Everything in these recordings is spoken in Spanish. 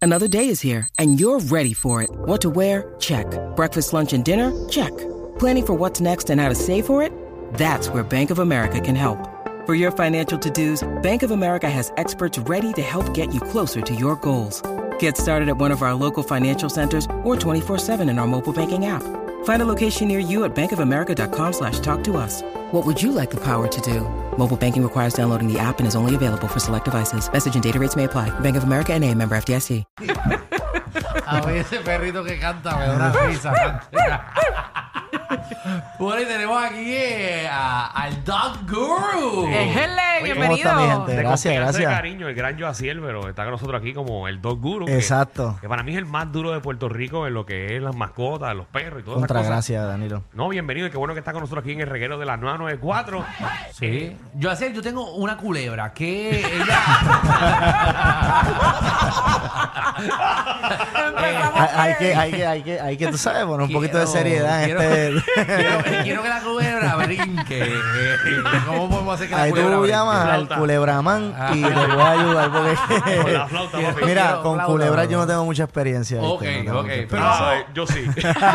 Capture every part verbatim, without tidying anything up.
Another day is here, and you're ready for it. What to wear? Check. Breakfast, lunch, and dinner? Check. Planning for what's next and how to save for it? That's where Bank of America can help. For your financial to-dos, Bank of America has experts ready to help get you closer to your goals. Get started at one of our local financial centers or twenty-four seven in our mobile banking app. Find a location near you at bankofamerica.com slash talk to us. What would you like the power to do? Mobile banking requires downloading the app and is only available for select devices. Message and data rates may apply. Bank of America N A, member F D I C. A mí ese perrito que canta me da una risa. Bueno, y tenemos aquí eh, a- al Dog Guru. Ejele, Oye, bienvenido. ¿cómo está mi gente? De Gracias, confianza y gracias. cariño, el gran Joaciel, pero está con nosotros aquí como el Dog Guru. que- Exacto. Que, para mí es el más duro de Puerto Rico en lo que es las mascotas, los perros y todas Contra esas cosas. gracias, Danilo. No, bienvenido y qué bueno que está con nosotros aquí en el reguero de las nueve noventa y cuatro. Sí. Yo así, yo tengo una culebra que ella. Hay, hay que, hay que, hay que, hay que, tú sabes, poner un poquito de Quiero- seriedad en quiero, este. quiero, quiero que la culebra brinque. Eh, ¿Cómo podemos hacer que la Ahí culebra tú brinque? llamas al Flauta. culebramán y te voy a ayudar Con la porque. flauta, Quiero- papi. Mira, quiero con flauta, culebras yo bro. no tengo mucha experiencia. ¿viste? Ok, No tengo ok, mucha pero- experiencia. Ah, yo sí.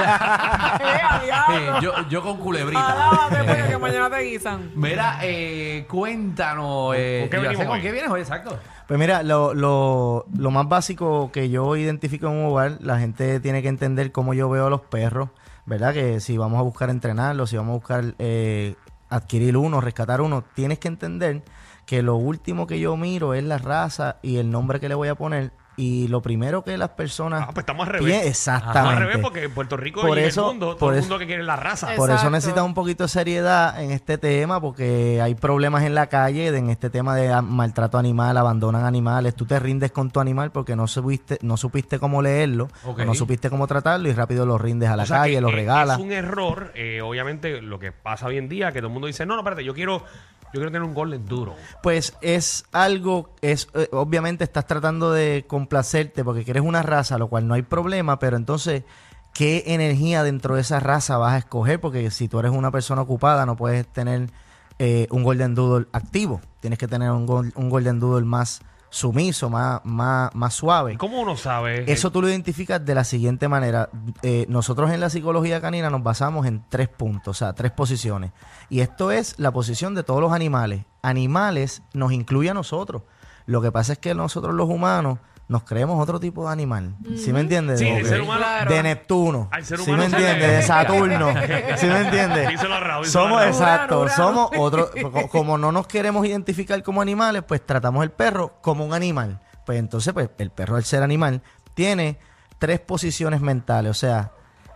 Eh, yo, yo con culebrita. Alábate, porque Eh, que mañana te guisan. Mira, eh, cuéntanos. Eh, ¿Con qué yo sé venimos ¿Con hoy? qué vienes hoy? Exacto. Pues mira, lo, lo, lo más básico que yo identifico en un hogar, la gente tiene que entender cómo yo veo a los perros, ¿verdad? Que si vamos a buscar entrenarlos, si vamos a buscar eh, adquirir uno, rescatar uno, tienes que entender que lo último que yo miro es la raza y el nombre que le voy a poner. Y lo primero que las personas... Ah, pues estamos al pie- revés. Exactamente. Estamos al revés porque en Puerto Rico Por y eso- en el mundo, por todo el eso- mundo que quiere la raza. Es- Por eso Exacto. necesitas un poquito de seriedad en este tema, porque hay problemas en la calle en este tema de a- maltrato animal, abandonan animales. Tú te rindes con tu animal porque no supiste, no supiste cómo leerlo, Ok. o no supiste cómo tratarlo y rápido lo rindes a la O sea, calle, que, lo eh, regalas. Es un error, eh, obviamente, lo que pasa hoy en día, que todo el mundo dice, no, no, espérate, yo quiero, yo quiero tener un golden duro. Pues es algo, es eh, obviamente estás tratando de complacerte porque quieres una raza, lo cual no hay problema, pero entonces, ¿qué energía dentro de esa raza vas a escoger? Porque si tú eres una persona ocupada, no puedes tener eh, un Golden Doodle activo. Tienes que tener un, gol- un Golden Doodle más sumiso, más, más, más suave. ¿Y cómo uno sabe? Eso tú lo identificas de la siguiente manera. Eh, nosotros en la psicología canina nos basamos en tres puntos, o sea, tres posiciones. Y esto es la posición de todos los animales. Animales nos incluye a nosotros. Lo que pasa es que nosotros los humanos nos creemos otro tipo de animal. ¿Sí me entiendes? Sí, De- el ser humano. Claro. de Neptuno. Al ser ¿Sí humano me se entiendes? le- De Saturno. ¿Sí me entiendes? Díselo a Raúl, díselo Somos a Raúl. exacto, Urano, somos otro. co- Como no nos queremos identificar como animales, pues tratamos el perro como un animal. Pues entonces, pues el perro, al ser animal, tiene tres posiciones mentales, o sea,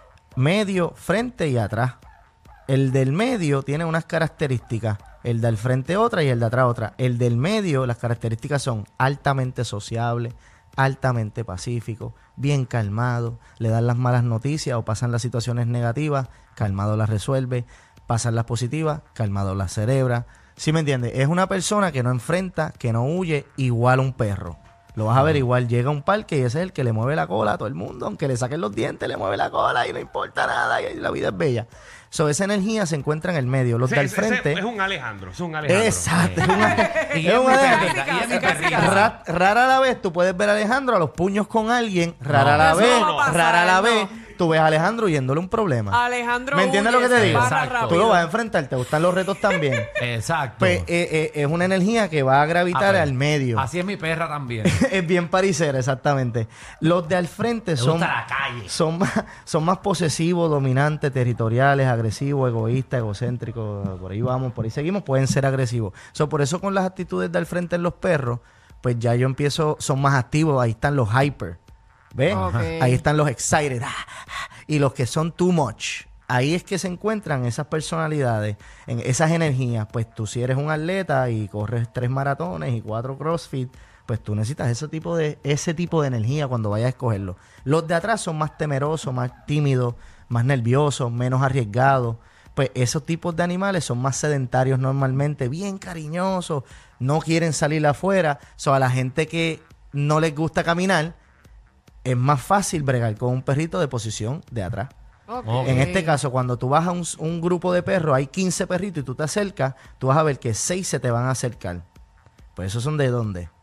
medio, frente y atrás. El del medio tiene unas características, el del frente otra y el de atrás otra. El del medio, las características son altamente sociable, altamente pacífico, bien calmado, le dan las malas noticias o pasan las situaciones negativas, calmado las resuelve, pasan las positivas, calmado las cerebra. ¿Sí me entiendes? Es una persona que no enfrenta, que no huye, igual a un perro. Lo vas a ver igual, llega a un parque y ese es el que le mueve la cola a todo el mundo, aunque le saquen los dientes, le mueve la cola y no importa nada y la vida es bella. So, esa energía se encuentra en el medio, los Ese- del ese- ese frente... es un Alejandro, es un Alejandro. Exacto, es una- Y es es una- mi perrita, y es mi Clásica, perrita. Ra- rara la vez tú puedes ver a Alejandro a los puños con alguien, rara No, la eso vez, no va a pasar, rara la no. vez tú ves a Alejandro yéndole un problema. Alejandro ¿Me entiendes lo que te huye, se digo? para Exacto. rápido. Tú lo vas a enfrentar, te gustan los retos también. Exacto. Pues eh, eh, es una energía que va a gravitar Ah, pues, al medio. Así es mi perra también. Es bien paricera, exactamente. Los de al frente Me son, gusta la calle. son, más, son más posesivos, dominantes, territoriales, agresivos, egoístas, egocéntricos. Por ahí vamos, por ahí seguimos, pueden ser agresivos. So, por eso con las actitudes de al frente en los perros, pues ya yo empiezo, son más activos, ahí están los hyper. ¿Ves? Ok. Ahí están los excited. ah, ah, Y los que son too much. Ahí es que se encuentran esas personalidades, en esas energías. Pues tú si eres un atleta y corres tres maratones y cuatro CrossFit, pues tú necesitas ese tipo de, ese tipo de energía cuando vayas a escogerlo. Los de atrás son más temerosos, más tímidos, más nerviosos, menos arriesgados. Pues esos tipos de animales son más sedentarios normalmente, bien cariñosos, no quieren salir afuera. So, a la gente que no les gusta caminar, es más fácil bregar con un perrito de posición de atrás. Ok. Ok. En este caso, cuando tú vas a un, un grupo de perros, hay quince perritos y tú te acercas, tú vas a ver que seis se te van a acercar. Pues esos son de dónde?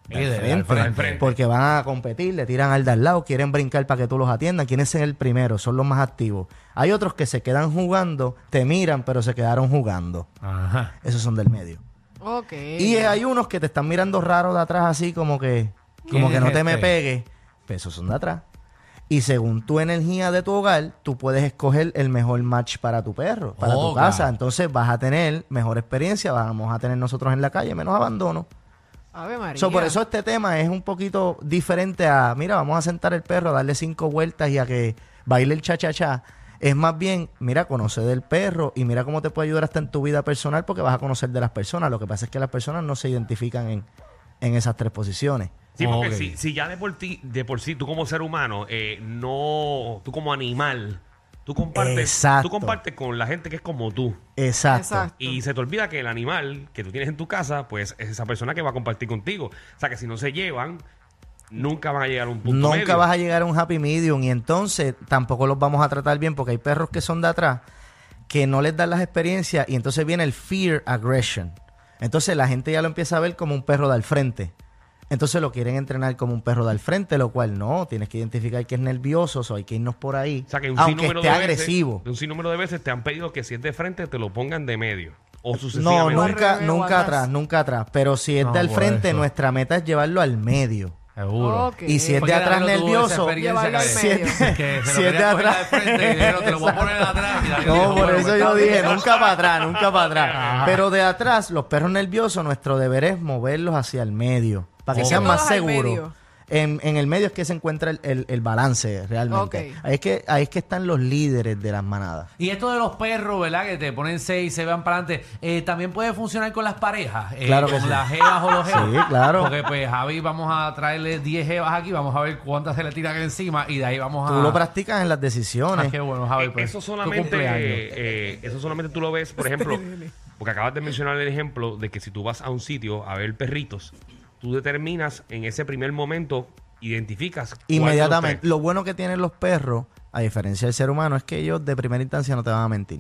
Líder, Al frente, al frente. Al frente. porque van a competir, le tiran al de al lado, quieren brincar para que tú los atiendas, quieren ser el primero, son los más activos. Hay otros que se quedan jugando, te miran, pero se quedaron jugando. Ajá. Esos son del medio. Ok. Y hay unos que te están mirando raro de atrás, así como que, como ¿Quién que no es te me este? pegues. Pues esos son de atrás. Y según tu energía de tu hogar, tú puedes escoger el mejor match para tu perro, para tu Oga. casa. Entonces vas a tener mejor experiencia, vamos a tener nosotros en la calle menos abandono. Ave María. So, por eso este tema es un poquito diferente a, mira, vamos a sentar el perro, a darle cinco vueltas y a que baile el cha-cha-cha. Es más bien, mira, conoce del perro y mira cómo te puede ayudar hasta en tu vida personal porque vas a conocer de las personas. Lo que pasa es que las personas no se identifican en, en esas tres posiciones. Sí, porque Ok. si, si ya de por, ti, de por sí, tú como ser humano, eh, no, tú como animal, tú compartes, Exacto. tú compartes con la gente que es como tú. Exacto. Exacto. Y se te olvida que el animal que tú tienes en tu casa, pues es esa persona que va a compartir contigo. O sea, que si no se llevan, nunca van a llegar a un punto Nunca medio. vas a llegar a un happy medium y entonces tampoco los vamos a tratar bien porque hay perros que son de atrás que no les dan las experiencias y entonces viene el fear aggression. Entonces la gente ya lo empieza a ver como un perro de al frente. Entonces lo quieren entrenar como un perro de al frente, lo cual no, tienes que identificar que es nervioso, o hay que irnos por ahí, O sea, que un aunque sinnúmero esté de veces, agresivo. un sinnúmero de veces te han pedido que si es de frente te lo pongan de medio. O No, sucesivamente. nunca, Al revés o nunca atrás. atrás, nunca atrás. Pero si es No, de al por frente, eso. nuestra meta es llevarlo al medio. Seguro. Ok. Y si es de Porque atrás Danilo tuvo esa nervioso, experiencia Llevarlo al que- si es, medio. que se si lo es de quería poner atrás. al frente y dijeron, te lo voy a poner de atrás. Y Danilo No, dijo, por bueno, eso pues, yo está dije, bien. nunca para atrás, nunca para atrás. Pero de atrás, los perros nerviosos, nuestro deber es moverlos hacia el medio, para que Ok. sean más Todos al seguros. medio. En, en el medio es que se encuentra el, el- el balance realmente. Ok. Ahí, es que, ahí es que están los líderes de las manadas. Y esto de los perros, ¿verdad? Que te ponen seis y se van para adelante. Eh, también puede funcionar con las parejas. eh, Claro que con sí. las jevas o los jevos. Sí, claro. Porque pues Javi vamos a traerle diez jevas aquí. Vamos a ver cuántas se le tiran encima. Y de ahí vamos a... Tú lo practicas en las decisiones. Ah, qué bueno, Javi. Eh, Pues, eso tu solamente cumpleaños. eh, eso solamente tú lo ves, por ejemplo, porque acabas de mencionar el ejemplo de que si tú vas a un sitio a ver perritos, tú determinas en ese primer momento, identificas cuál de los Inmediatamente. tres. Lo bueno que tienen los perros, a diferencia del ser humano, es que ellos de primera instancia no te van a mentir.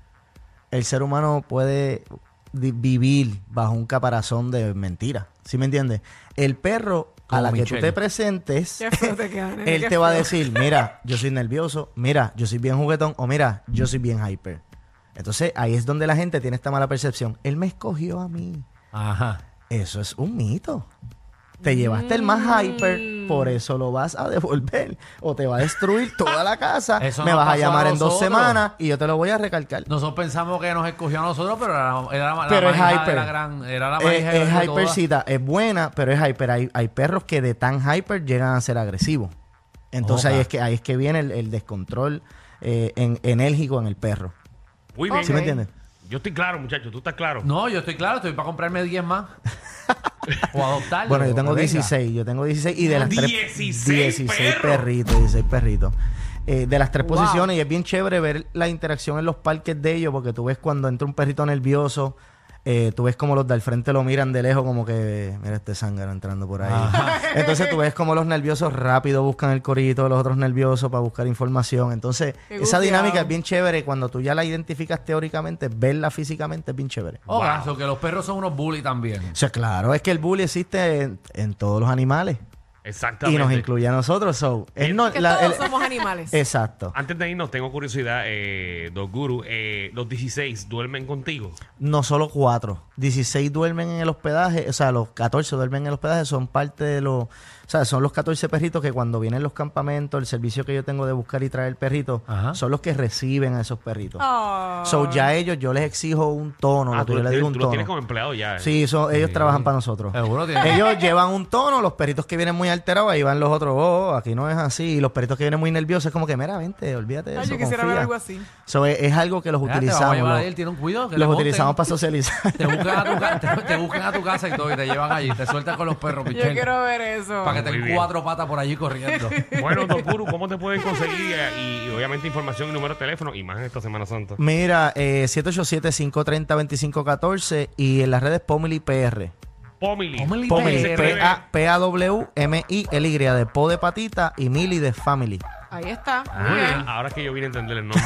El ser humano puede di- vivir bajo un caparazón de mentiras. ¿Sí me entiendes? El perro, a Como la que Michelle. tú te presentes, Qué feo te queda, nene, él qué te va a feo. decir, mira, yo soy nervioso, mira, yo soy bien juguetón, o mira, yo soy bien hyper. Entonces, ahí es donde la gente tiene esta mala percepción. Él me escogió a mí. Ajá. Eso es un mito. Te llevaste el más hyper, por eso lo vas a devolver. O te va a destruir toda la casa. Eso me nos vas a pasó a llamar en dos nosotros. semanas y yo te lo voy a recalcar. Nosotros pensamos que nos escogió a nosotros, pero era, era la, Pero la es más hija hyper. de la gran... Era la más Es, hija de es todas. hypercita, es buena, pero es hyper. Hay, hay perros que de tan hyper llegan a ser agresivos. Entonces Oja. ahí es que ahí es que viene el, el descontrol eh, en- enérgico en el perro. Muy bien. ¿Sí me entiendes? Yo estoy claro, muchachos, tú estás claro. No, yo estoy claro, estoy para comprarme diez más. O adoptarlo. Bueno, yo tengo o venga. dieciséis, yo tengo dieciséis y de las tres... dieciséis dieciséis perros. perritos, dieciséis perritos. Eh, de las tres Wow. posiciones y es bien chévere ver la interacción en los parques de ellos porque tú ves cuando entra un perrito nervioso, eh, tú ves como los del frente lo miran de lejos como que, mira este zángano entrando por ahí. Entonces tú ves como los nerviosos rápido buscan el corito de los otros nerviosos para buscar información. Entonces Qué esa gufiado. dinámica es bien chévere. Cuando tú ya la identificas teóricamente, verla físicamente es bien chévere. Oh, so que los perros son unos bullies también. O sea, claro, es que el bully existe en, en todos los animales y Exactamente. nos incluye a nosotros. So, es no- Que la- todos el- somos animales. Exacto. Antes de irnos, tengo curiosidad, eh, Dos Guru, eh, los dieciséis duermen contigo. No solo cuatro. dieciséis duermen en el hospedaje. O sea, los catorce duermen en el hospedaje. Son parte de los... O sea, son los catorce perritos que cuando vienen los campamentos, el servicio que yo tengo de buscar y traer perritos, Ajá. son los que reciben a esos perritos. Oh. So, ya ellos, yo les exijo un tono. ah, lo que tú, yo les digo tú un los tono. tienes como empleado ya. Sí, so- ellos trabajan para nosotros. Seguro tiene. Ellos llevan un tono, los perritos que vienen muy alterados, ahí van los otros, oh, aquí no es así. Y los perritos que vienen muy nerviosos, es como que, mira, vente, olvídate de Ay, eso, yo quisiera ver confía. algo así. So, es, es algo que los Mira, te vamos a utilizamos. llevar los- a él, tiene un cuidado. Que los le monten. utilizamos para socializar. Te buscan, a tu ca- te, te buscan a tu casa y todo y te llevan allí. Te sueltan con los perros, Yo Michelle. quiero ver eso. Para que te Muy den bien. cuatro patas por allí corriendo. Bueno, Dos Guru, ¿cómo te pueden conseguir? eh, Y, y obviamente información y número de teléfono, y más en esta Semana Santa. Mira, eh, siete ocho siete, cinco tres cero, dos cinco uno cuatro y en las redes Pomili P R. Pomili. Pomili Pomili, P R. P A P A W M I L Y de Po de patita y Mili de Family. Ahí está. Ah, Muy bien. ahora es que yo vine a entender el nombre.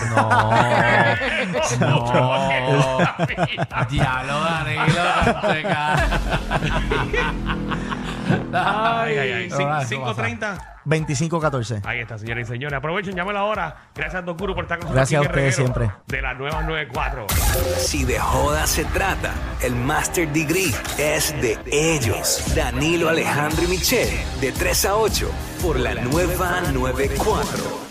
No. No. Diablo, Danilo. Canteca. Ay, ay, ay. No, no, eso cinco treinta. veinticinco catorce. Ahí está, señores y señores. Aprovechen, llámela ahora. Gracias, Don Guru, por estar con nosotros. Gracias aquí a en el ustedes reguero siempre. De la nueva noventa y cuatro. Si de joda se trata, el Master Degree es de ellos. Danilo, Alejandro y Michelle, de tres a ocho, por la nueva noventa y cuatro.